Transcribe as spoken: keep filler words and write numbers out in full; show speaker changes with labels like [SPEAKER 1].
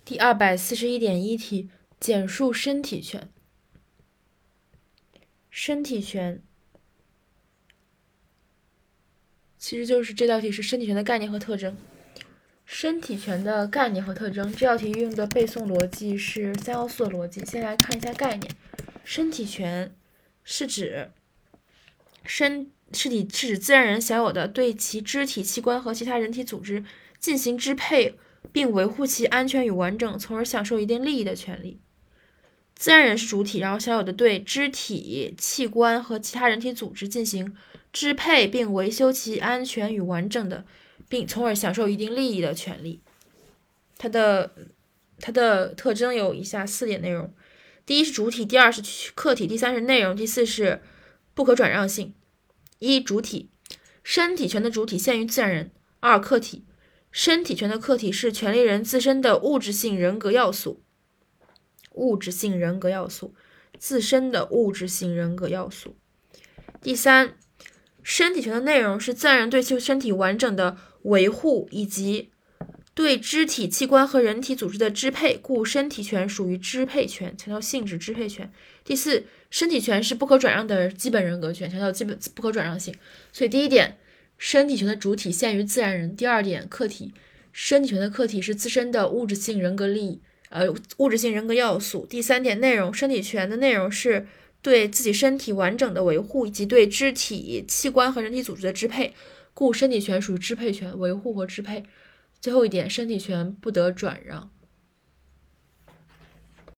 [SPEAKER 1] 第二百四十一点一题，简述身体权。身体权其实就是这道题是身体权的概念和特征。身体权的概念和特征，这道题用的背诵逻辑是三要素的逻辑。先来看一下概念。身体权是指身是体是指自然人享有的对其肢体器官和其他人体组织进行支配，并维护其安全与完整，从而享受一定利益的权利。自然人是主体，然后享有的对肢体器官和其他人体组织进行支配并维修其安全与完整的，并从而享受一定利益的权利。它的它的特征有以下四点内容：第一是主体，第二是客体，第三是内容，第四是不可转让性。一、主体，身体权的主体限于自然人。二、客体，身体权的客体是权利人自身的物质性人格要素。物质性人格要素，自身的物质性人格要素。第三，身体权的内容是自然人对其身体完整的维护以及对肢体器官和人体组织的支配，故身体权属于支配权，强调性质支配权。第四，身体权是不可转让的基本人格权，强调基本不可转让性。所以第一点，身体权的主体限于自然人。第二点，客体，身体权的客体是自身的物质性人格利益。呃，物质性人格要素。第三点，内容，身体权的内容是对自己身体完整的维护以及对肢体器官和人体组织的支配，故身体权属于支配权，维护和支配。最后一点，身体权不得转让。